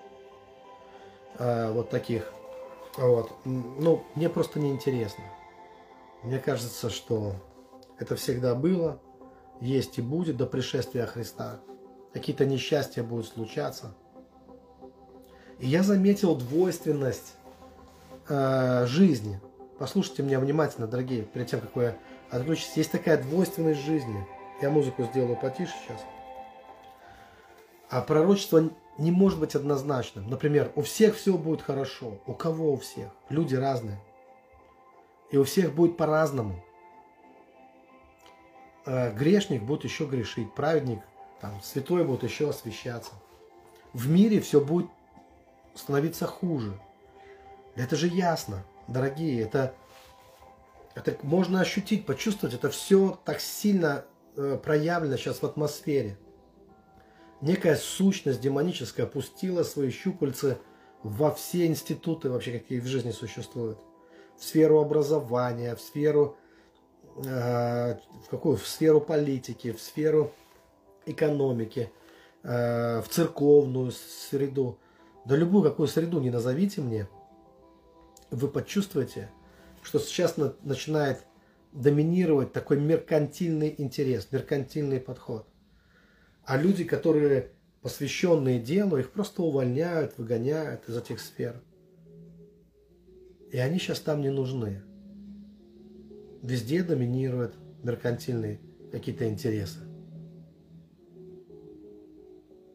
А, вот таких. Вот. Ну, мне просто неинтересно. Мне кажется, что это всегда было, есть и будет до пришествия Христа. Какие-то несчастья будут случаться. И я заметил двойственность э, жизни. Послушайте меня внимательно, дорогие, перед тем, как вы отключитесь. Есть такая двойственность жизни. Я музыку сделаю потише сейчас. А пророчество не может быть однозначным. Например, у всех все будет хорошо. У кого у всех? Люди разные. И у всех будет по-разному. Э, грешник будет еще грешить. Праведник, там, святой будет еще освящаться. В мире все будет становиться хуже. Это же ясно, дорогие. Это, это можно ощутить, почувствовать. Это все так сильно э, проявлено сейчас в атмосфере. Некая сущность демоническая опустила свои щупальцы во все институты, вообще, какие в жизни существуют. В сферу образования, в сферу, э, в какую? В сферу политики, в сферу экономики, э, в церковную среду. Да любую какую среду не назовите мне, вы почувствуете, что сейчас на, начинает доминировать такой меркантильный интерес, меркантильный подход. А люди, которые посвященные делу, их просто увольняют, выгоняют из этих сфер. И они сейчас там не нужны. Везде доминируют меркантильные какие-то интересы.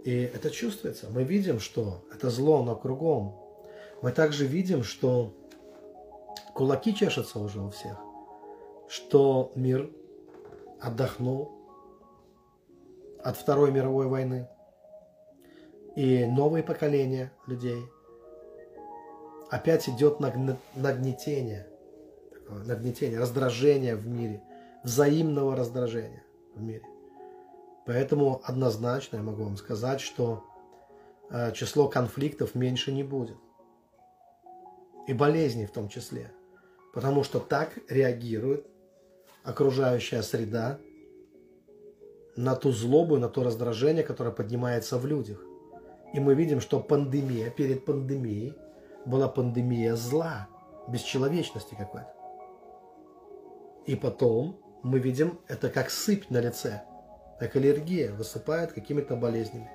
И это чувствуется. Мы видим, что это зло, но кругом. Мы также видим, что кулаки чешутся уже у всех, что мир отдохнул от Второй мировой войны. И новые поколения людей. Опять идет нагнетение, такое нагнетение, раздражение в мире, взаимного раздражения в мире. Поэтому однозначно я могу вам сказать, что э, число конфликтов меньше не будет. И болезней в том числе. Потому что так реагирует окружающая среда на ту злобу, на то раздражение, которое поднимается в людях. И мы видим, что пандемия, перед пандемией была пандемия зла, бесчеловечности какой-то. И потом мы видим это как сыпь на лице, как аллергия высыпает какими-то болезнями.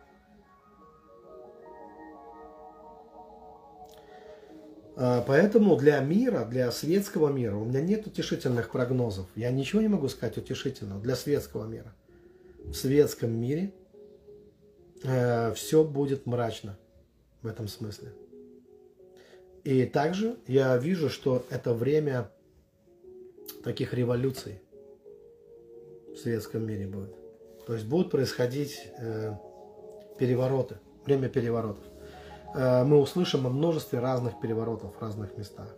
Поэтому для мира, для светского мира у меня нет утешительных прогнозов. Я ничего не могу сказать утешительного для светского мира. В светском мире э, все будет мрачно в этом смысле. И также я вижу, что это время таких революций в светском мире будет. То есть будут происходить э, перевороты, время переворотов. Э, мы услышим о множестве разных переворотов в разных местах.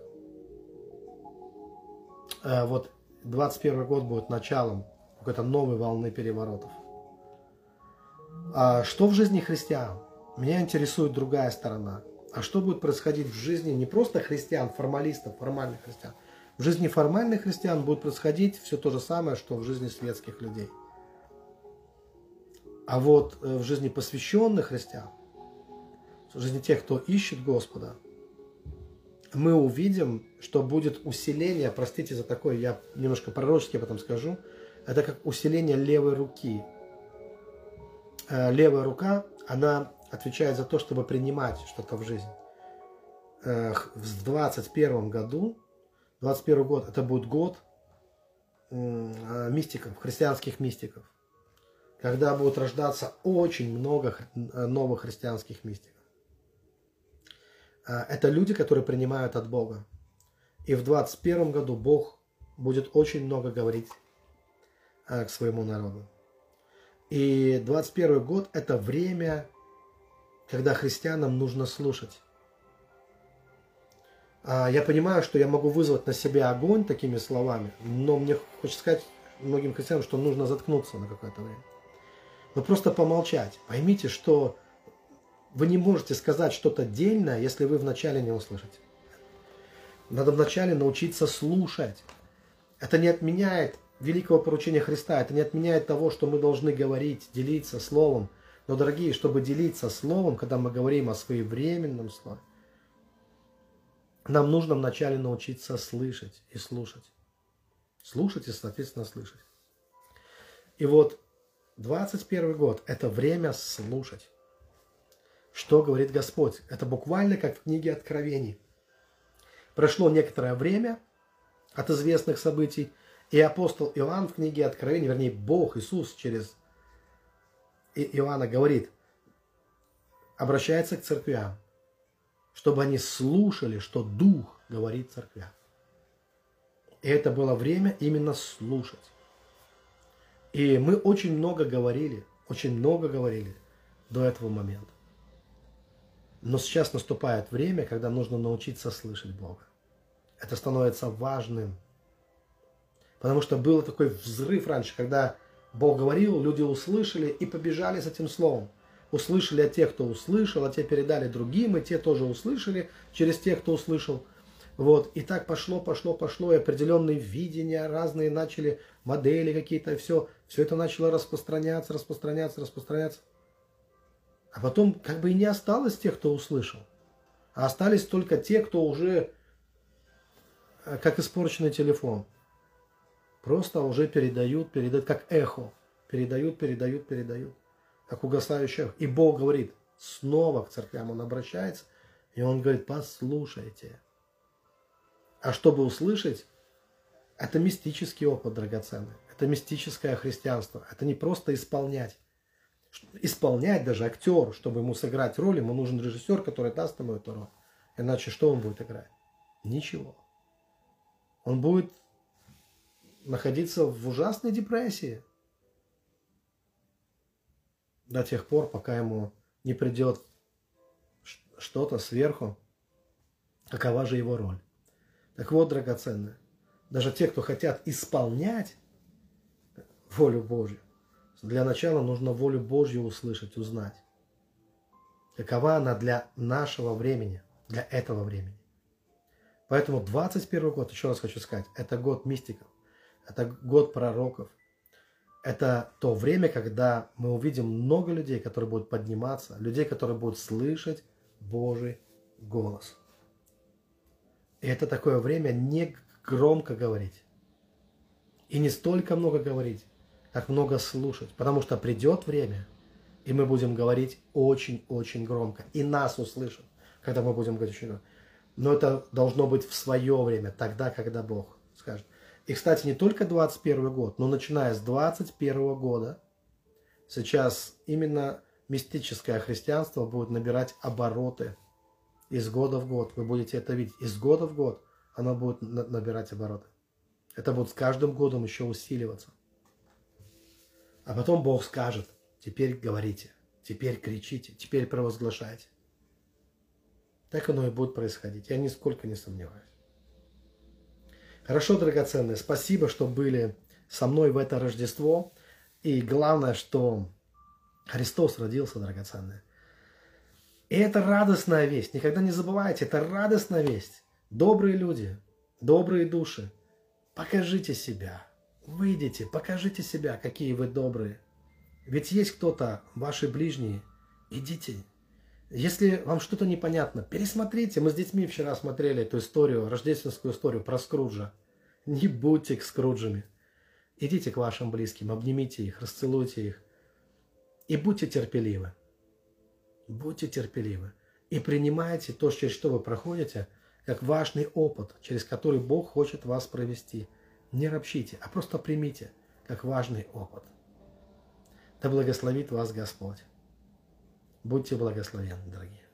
Э, вот двадцать первый год будет началом какой-то новой волны переворотов. А что в жизни христиан? Меня интересует другая сторона. А что будет происходить в жизни не просто христиан, формалистов, формальных христиан. В жизни формальных христиан будет происходить все то же самое, что в жизни светских людей. А вот в жизни посвященных христиан, в жизни тех, кто ищет Господа, мы увидим, что будет усиление, простите за такое, я немножко пророчески об этом скажу, это как усиление левой руки. Левая рука, она отвечает за то, чтобы принимать что-то в жизнь. В двадцать первом году, двадцать первый год, это будет год мистиков, христианских мистиков, когда будет рождаться очень много новых христианских мистиков. Это люди, которые принимают от Бога. И в двадцать первом году Бог будет очень много говорить к своему народу. И двадцать первый год – это время, когда христианам нужно слушать. Я понимаю, что я могу вызвать на себя огонь такими словами, но мне хочется сказать многим христианам, что нужно заткнуться на какое-то время. Но просто помолчать. Поймите, что вы не можете сказать что-то дельное, если вы вначале не услышите. Надо вначале научиться слушать. Это не отменяет великого поручения Христа, это не отменяет того, что мы должны говорить, делиться словом. Но, дорогие, чтобы делиться словом, когда мы говорим о своевременном слове, нам нужно вначале научиться слышать и слушать. Слушать и, соответственно, слышать. И вот двадцать первый год – это время слушать. Что говорит Господь? Это буквально как в книге Откровений. Прошло некоторое время от известных событий, и апостол Иоанн в книге Откровений, вернее, Бог, Иисус через Иоанна говорит, обращается к церквям, чтобы они слушали, что Дух говорит церквям. И это было время именно слушать. И мы очень много говорили, очень много говорили до этого момента. Но сейчас наступает время, когда нужно научиться слышать Бога. Это становится важным. Потому что был такой взрыв раньше, когда Бог говорил, люди услышали и побежали с этим словом. Услышали от тех, кто услышал, а те передали другим, и те тоже услышали через тех, кто услышал. Вот. И так пошло, пошло, пошло, и определенные видения разные начали, модели какие-то, и все. Все это начало распространяться, распространяться, распространяться. А потом как бы и не осталось тех, кто услышал. А остались только те, кто уже, как испорченный телефон, просто уже передают, передают, как эхо. Передают, передают, передают. Как угасающее эхо. И Бог говорит, снова к церквям Он обращается, и Он говорит, послушайте. А чтобы услышать, это мистический опыт драгоценный. Это мистическое христианство. Это не просто исполнять. Исполнять даже актер, чтобы ему сыграть роль, ему нужен режиссер, который даст ему эту роль. Иначе что он будет играть? Ничего. Он будет находиться в ужасной депрессии до тех пор, пока ему не придет что-то сверху, какова же его роль. Так вот, драгоценные, даже те, кто хотят исполнять волю Божью, для начала нужно волю Божью услышать, узнать. Какова она для нашего времени, для этого времени. Поэтому двадцать первый год, еще раз хочу сказать, это год мистиков, это год пророков. Это то время, когда мы увидим много людей, которые будут подниматься, людей, которые будут слышать Божий голос. И это такое время не громко говорить. И не столько много говорить, как много слушать. Потому что придет время, и мы будем говорить очень-очень громко. И нас услышат, когда мы будем говорить очень громко. Но это должно быть в свое время, тогда, когда Бог скажет. И, кстати, не только двадцать первый год, но начиная с двадцать первого года, сейчас именно мистическое христианство будет набирать обороты из года в год. Вы будете это видеть. Из года в год оно будет набирать обороты. Это будет с каждым годом еще усиливаться. А потом Бог скажет, теперь говорите, теперь кричите, теперь провозглашайте. Так оно и будет происходить. Я нисколько не сомневаюсь. Хорошо, драгоценные, спасибо, что были со мной в это Рождество. И главное, что Христос родился, драгоценные. И это радостная весть. Никогда не забывайте, это радостная весть. Добрые люди, добрые души, покажите себя. Выйдите, покажите себя, какие вы добрые. Ведь есть кто-то, ваши ближние. Идите. Если вам что-то непонятно, пересмотрите. Мы с детьми вчера смотрели эту историю, рождественскую историю про Скруджа. Не будьте Скруджами. Идите к вашим близким, обнимите их, расцелуйте их. И будьте терпеливы. Будьте терпеливы. И принимайте то, через что вы проходите, как важный опыт, через который Бог хочет вас провести. Не ропщите, а просто примите, как важный опыт. Да благословит вас Господь. Будьте благословенны, дорогие.